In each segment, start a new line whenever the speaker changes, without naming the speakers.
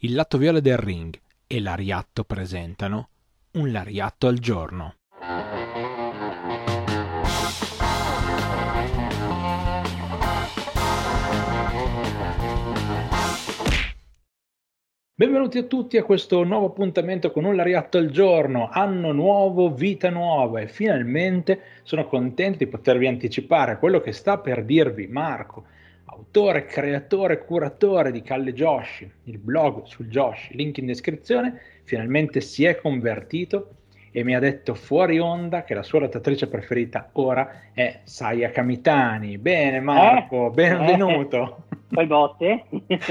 il lato viola del ring e l'Ariatto presentano Un Lariatto al giorno. Benvenuti a tutti a questo nuovo appuntamento con Un Lariatto al giorno, anno nuovo, vita nuova, e finalmente sono contento di potervi anticipare quello che sta per dirvi Marco, autore, creatore, curatore di Calle Joshi, il blog sul Joshi, link in descrizione. Finalmente si è convertito e mi ha detto fuori onda che la sua lottatrice preferita ora è Saya Kamitani. Bene Marco, benvenuto.
Poi botte.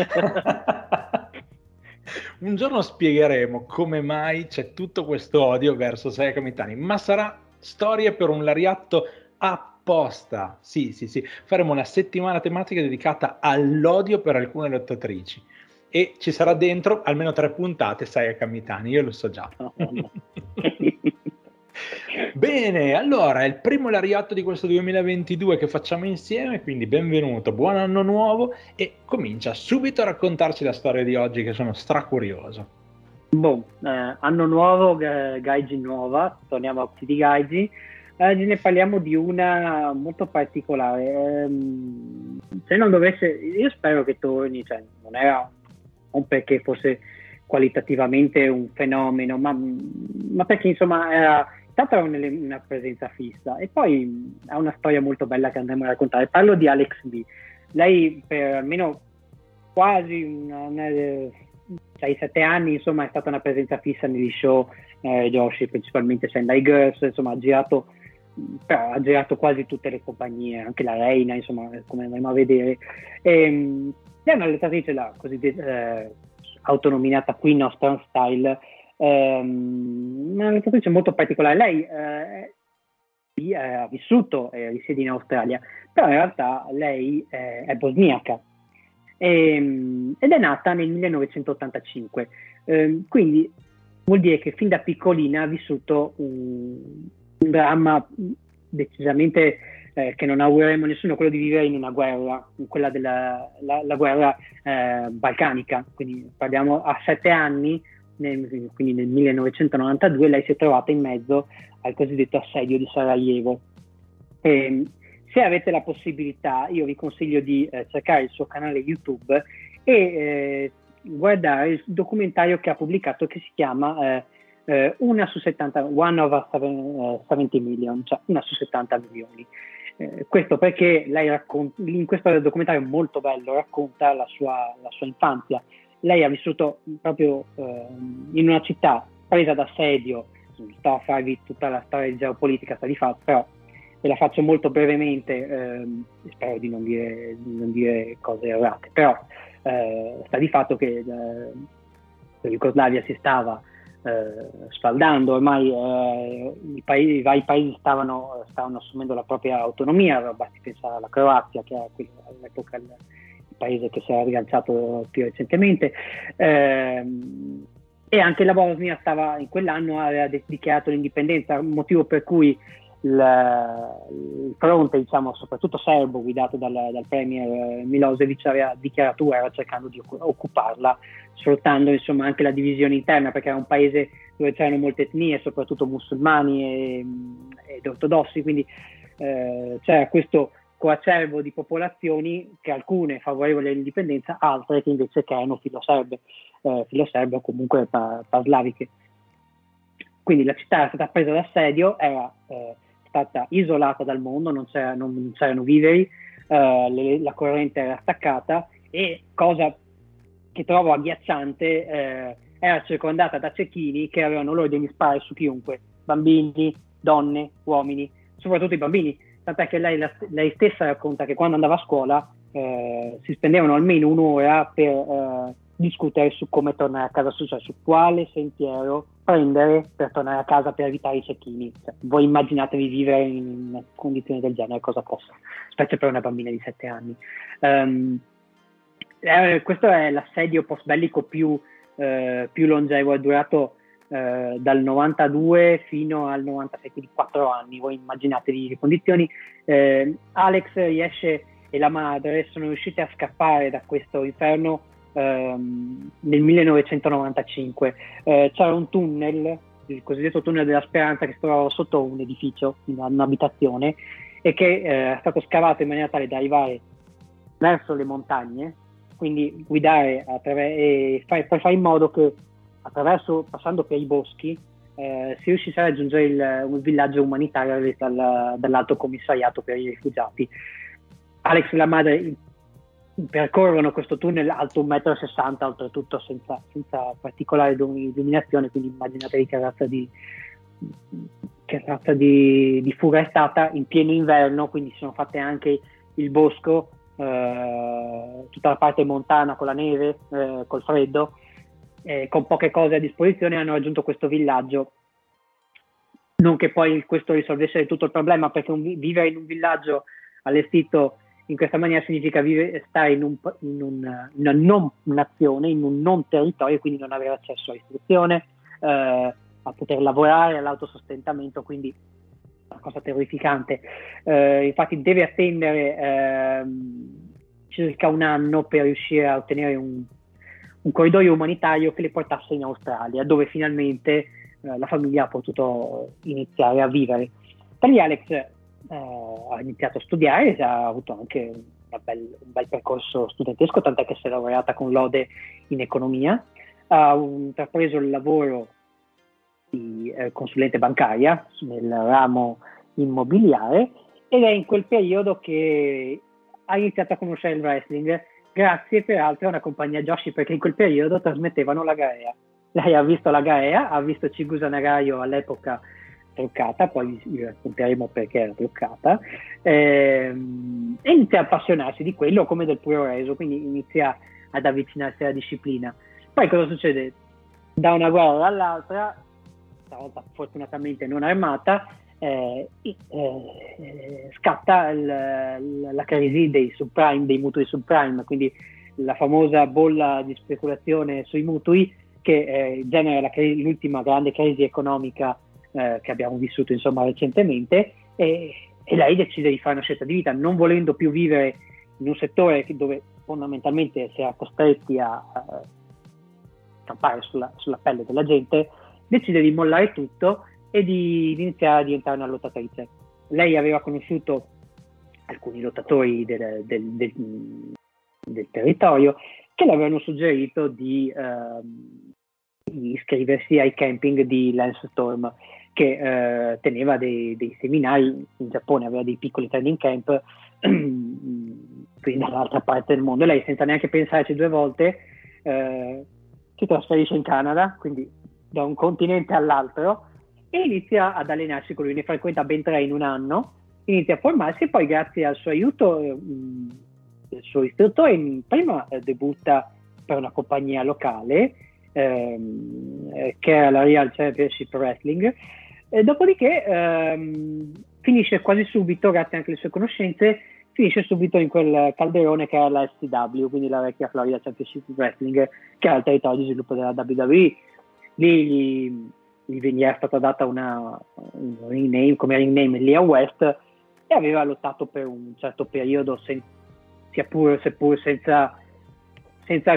Un giorno spiegheremo come mai c'è tutto questo odio verso Saya Kamitani, ma sarà storia per un Lariatto apposta. Sì, faremo una settimana tematica dedicata all'odio per alcune lottatrici e ci sarà dentro almeno 3 puntate Saya Kamitani, io lo so già. Bene, allora è il primo Lariatto di questo 2022 che facciamo insieme, quindi benvenuto, buon anno nuovo, e comincia subito a raccontarci la storia di oggi che sono stracurioso.
Anno nuovo, Gaiji nuova, torniamo a tutti i Gaiji. Oggi ne parliamo di una molto particolare. Se non dovesse, io spero che torni, cioè non era un perché fosse qualitativamente un fenomeno, ma perché insomma era una presenza fissa, e poi ha una storia molto bella che andremo a raccontare. Parlo di Alex B. Lei per almeno quasi 6-7 anni insomma è stata una presenza fissa negli show Joshi, principalmente Sendai Girls, insomma ha girato quasi tutte le compagnie, anche la Reina, insomma, come andremo a vedere. È una lottatrice, la cosiddetta autonominata Queen of Strong Style, una lottatrice molto particolare. Lei ha vissuto e risiede in Australia, però in realtà lei è bosniaca ed è nata nel 1985, quindi vuol dire che fin da piccolina ha vissuto un dramma decisamente che non augureremo a nessuno, quello di vivere in una guerra, quella della la guerra balcanica. Quindi parliamo a 7 anni, quindi nel 1992 lei si è trovata in mezzo al cosiddetto assedio di Sarajevo. Se avete la possibilità, io vi consiglio di cercare il suo canale YouTube e guardare il documentario che ha pubblicato, che si chiama Una su 70, One over 70 million, cioè una su 70 milioni. Questo perché lei in questo documentario molto bello racconta la sua infanzia. Lei ha vissuto proprio in una città presa d'assedio. Non sto a farvi tutta la storia di geopolitica, sta di fatto, però ve la faccio molto brevemente, spero di non dire cose errate, però sta di fatto che la Jugoslavia si stava sfaldando, ormai i vari paesi stavano assumendo la propria autonomia. Basti pensare alla Croazia, che era all'epoca il paese che si era rilanciato più recentemente, e anche la Bosnia in quell'anno aveva dichiarato l'indipendenza, motivo per cui il fronte, diciamo, soprattutto serbo, guidato dal premier Milosevic, aveva dichiarato guerra cercando di occuparla, sfruttando insomma anche la divisione interna, perché era un paese dove c'erano molte etnie, soprattutto musulmani ed ortodossi, quindi c'era questo coacervo di popolazioni, che alcune favorevoli all'indipendenza, altre che invece che erano filoserbe o comunque paslaviche. Quindi la città era stata presa d'assedio, era stata isolata dal mondo, non c'erano viveri, la corrente era staccata, e cosa che trovo agghiacciante, era circondata da cecchini che avevano l'ordine di sparare su chiunque, bambini, donne, uomini, soprattutto i bambini, tant'è che lei stessa racconta che quando andava a scuola si spendevano almeno un'ora per discutere su come tornare a casa, cioè su quale sentiero prendere per tornare a casa per evitare i cecchini. Cioè, voi immaginatevi vivere in una condizione del genere, cosa possa, specie per una bambina di 7 anni. Questo è l'assedio post-bellico più longevo, è durato dal 92 fino al 96, quindi 4 anni. Voi immaginatevi le condizioni. Alex riesce e la madre sono riusciti a scappare da questo inferno nel 1995. C'era un tunnel, il cosiddetto tunnel della Speranza, che si trovava sotto un edificio, un'abitazione, e che è stato scavato in maniera tale da arrivare verso le montagne, quindi guidare e fare in modo che passando per i boschi, si riuscisse a raggiungere un villaggio umanitario dall'Alto Commissariato per i rifugiati. Alex e la madre percorrono questo tunnel alto 1,60 m, oltretutto senza particolare illuminazione, quindi immaginatevi che razza di fuga è stata, in pieno inverno, quindi si sono fatte anche il bosco, tutta la parte montana con la neve, col freddo, con poche cose a disposizione hanno raggiunto questo villaggio. Non che poi questo risolvesse tutto il problema, perché vivere in un villaggio allestito in questa maniera significa stare in una non nazione, in un non territorio, quindi non avere accesso all'istruzione, a poter lavorare, all'autosostentamento, quindi una cosa terrificante. Infatti deve attendere circa un anno per riuscire a ottenere un corridoio umanitario che le portasse in Australia, dove finalmente la famiglia ha potuto iniziare a vivere. Per lì Alex ha iniziato a studiare, ha avuto anche un bel percorso studentesco, tant'è che si è laureata con lode in economia, ha intrapreso il lavoro di consulente bancaria nel ramo immobiliare, ed è in quel periodo che ha iniziato a conoscere il wrestling, grazie peraltro a una compagnia Joshi, perché in quel periodo trasmettevano la Gaea. Lei ha visto la Gaea, ha visto Chigusa Nagayo all'epoca truccata, poi vi racconteremo perché era truccata, e inizia a appassionarsi di quello come del puro reso, quindi inizia ad avvicinarsi alla disciplina. Poi cosa succede? Da una guerra all'altra, stavolta fortunatamente non armata, scatta la crisi dei subprime, dei mutui subprime, quindi la famosa bolla di speculazione sui mutui che genera l'ultima grande crisi economica che abbiamo vissuto insomma recentemente, e lei decide di fare una scelta di vita, non volendo più vivere in un settore dove fondamentalmente si era costretti a campare sulla pelle della gente. Decide di mollare tutto e di iniziare a diventare una lottatrice. Lei aveva conosciuto alcuni lottatori del territorio che le avevano suggerito di iscriversi ai camping di Lance Storm, che teneva dei seminari in Giappone, aveva dei piccoli training camp quindi dall'altra parte del mondo. Lei, senza neanche pensarci due volte, si trasferisce in Canada, quindi da un continente all'altro, e inizia ad allenarsi con lui. Ne frequenta ben 3 in un anno, inizia a formarsi, e poi grazie al suo aiuto del suo istruttore prima debutta per una compagnia locale che era la Real Championship Wrestling, e dopodiché finisce quasi subito, grazie anche alle sue conoscenze, finisce subito in quel calderone che era la SCW, quindi la vecchia Florida Championship Wrestling, che era il territorio di sviluppo della WWE. Lì gli è stata data un rename, come rename Leah West, e aveva lottato per un certo periodo, seppur senza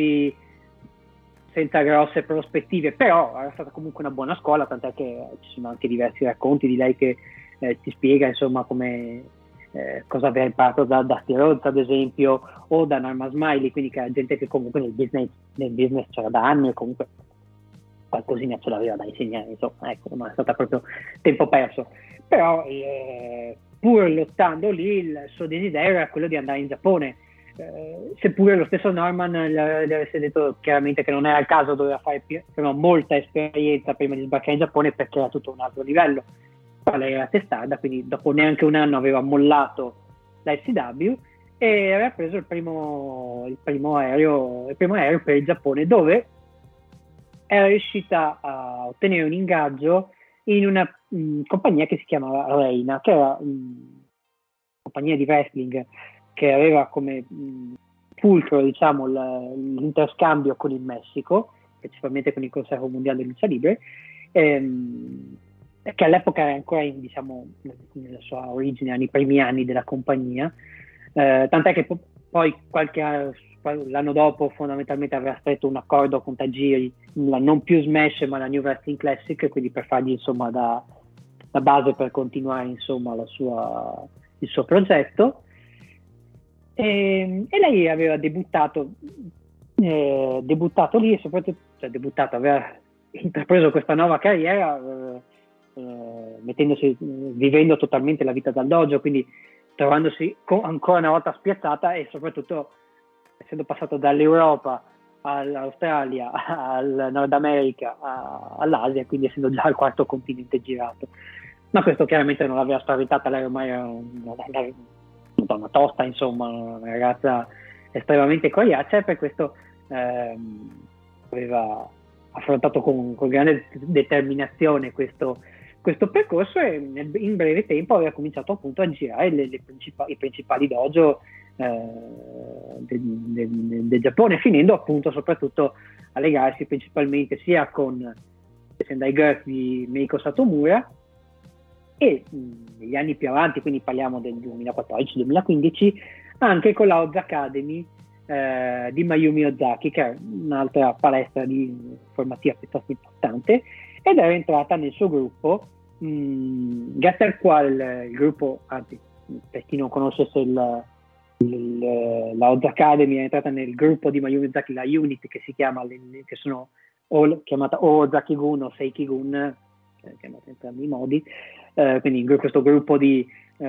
grosse prospettive, però era stata comunque una buona scuola, tant'è che ci sono anche diversi racconti di lei che ci spiega insomma come cosa aveva imparato da Dusty Rhodes ad esempio, o da Norma Smiley, quindi che era gente che comunque nel business c'era da anni, e comunque qualcosina ce l'aveva da insegnare, insomma, ecco, non è stata proprio tempo perso. Però pur lottando lì, il suo desiderio era quello di andare in Giappone, seppure lo stesso Norman le avesse detto chiaramente che non era il caso, doveva fare molta esperienza prima di sbarcare in Giappone, perché era tutto un altro livello. Però lei era testarda, quindi dopo neanche un anno aveva mollato la SCW e aveva preso il primo aereo per il Giappone, dove era riuscita a ottenere un ingaggio in una compagnia che si chiamava Reina, che era una compagnia di wrestling che aveva come fulcro, diciamo, l'interscambio con il Messico, principalmente con il Consejo Mundiale di Lucha Libre, che all'epoca era ancora nella sua origine, nei primi anni della compagnia, tant'è che poi l'anno dopo fondamentalmente aveva stretto un accordo con Tajiri, non più Smash ma la New Wrestling Classic, quindi per fargli insomma da base per continuare insomma il suo progetto. E lei aveva debuttato lì, e soprattutto aveva intrapreso questa nuova carriera vivendo totalmente la vita dal dojo, quindi trovandosi ancora una volta spiazzata, e soprattutto essendo passato dall'Europa all'Australia, al Nord America, all'Asia, quindi essendo già al quarto continente girato. Ma questo chiaramente non l'aveva spaventata, lei ormai era una donna tosta, insomma, una ragazza estremamente coriacea, e per questo aveva affrontato con grande determinazione questo percorso, e in breve tempo aveva cominciato appunto a girare i principali dojo del Giappone, finendo appunto soprattutto a legarsi principalmente sia con Sendai Girls di Meiko Satomura, e negli anni più avanti, quindi parliamo del 2014-2015, anche con la Oz Academy di Mayumi Ozaki, che è un'altra palestra formativa piuttosto importante, ed era entrata nel suo gruppo, grazie al quale il gruppo, anzi per chi non conoscesse la Oz Academy, è entrata nel gruppo di Mayumi Ozaki, la unit che si chiama, che sono chiamata Ozaki-gun o Seiki-gun, chiamata in entrambi i modi, quindi questo gruppo di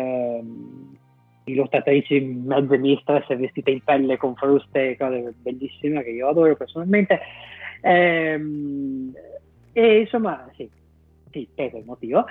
lottatrici mezze mistress vestite in pelle con fruste, cose bellissime che io adoro personalmente, e insomma sì, questo è il motivo,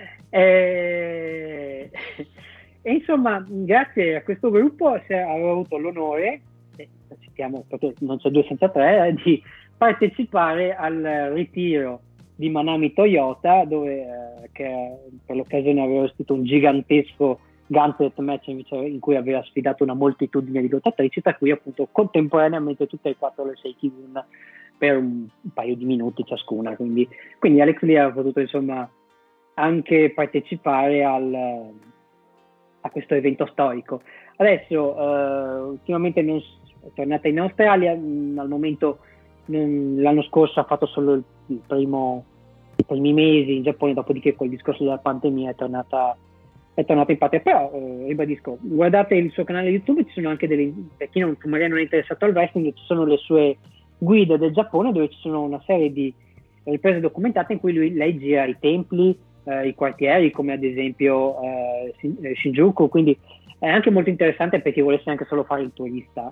e insomma grazie a questo gruppo avevo avuto l'onore, citiamo proprio, non c'è due senza tre, di partecipare al ritiro di Manami Toyota, dove che per l'occasione aveva vestito un gigantesco gauntlet match in cui aveva sfidato una moltitudine di lottatrici, tra cui appunto contemporaneamente tutte e quattro le Seiki-gun per un paio di minuti ciascuna, quindi Alex Lee ha potuto insomma anche partecipare a questo evento storico. Adesso ultimamente è tornata in Australia, al momento l'anno scorso ha fatto solo i primi mesi in Giappone, dopodiché col discorso della pandemia è tornata in patria. Però ribadisco, guardate il suo canale YouTube, ci sono anche per chi magari non è interessato al wrestling, ci sono le sue guide del Giappone, dove ci sono una serie di riprese documentate in cui lei gira i templi, i quartieri, come ad esempio Shinjuku, quindi è anche molto interessante per chi volesse anche solo fare il turista.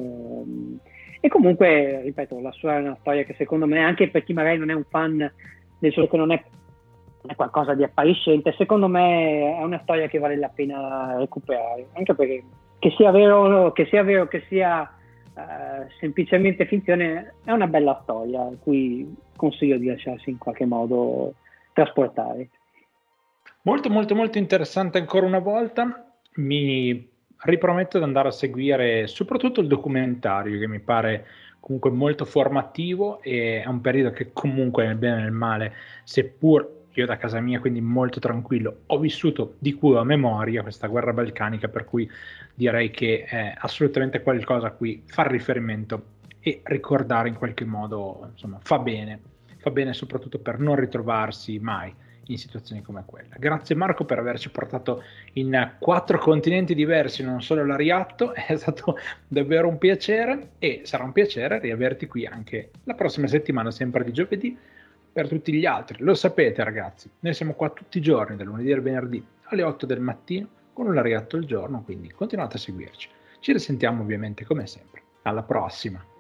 E comunque, ripeto, la sua è una storia che secondo me, anche per chi magari non è un fan del suo, che non è qualcosa di appariscente, secondo me è una storia che vale la pena recuperare, anche perché che sia vero che sia semplicemente finzione, è una bella storia a cui consiglio di lasciarsi in qualche modo trasportare.
Molto molto molto interessante ancora una volta. Mi riprometto di andare a seguire soprattutto il documentario, che mi pare comunque molto formativo, e è un periodo che comunque nel bene e nel male, seppur io da casa mia, quindi molto tranquillo, ho vissuto di cui a memoria questa guerra balcanica, per cui direi che è assolutamente qualcosa a cui far riferimento e ricordare in qualche modo, insomma, fa bene soprattutto per non ritrovarsi mai in situazioni come quella. Grazie Marco per averci portato in 4 continenti diversi, non solo l'Ariatto, è stato davvero un piacere, e sarà un piacere riaverti qui anche la prossima settimana, sempre di giovedì, per tutti gli altri. Lo sapete ragazzi, noi siamo qua tutti i giorni, dal lunedì al venerdì alle 8 del mattino, con un Ariatto al giorno, quindi continuate a seguirci. Ci risentiamo ovviamente come sempre. Alla prossima!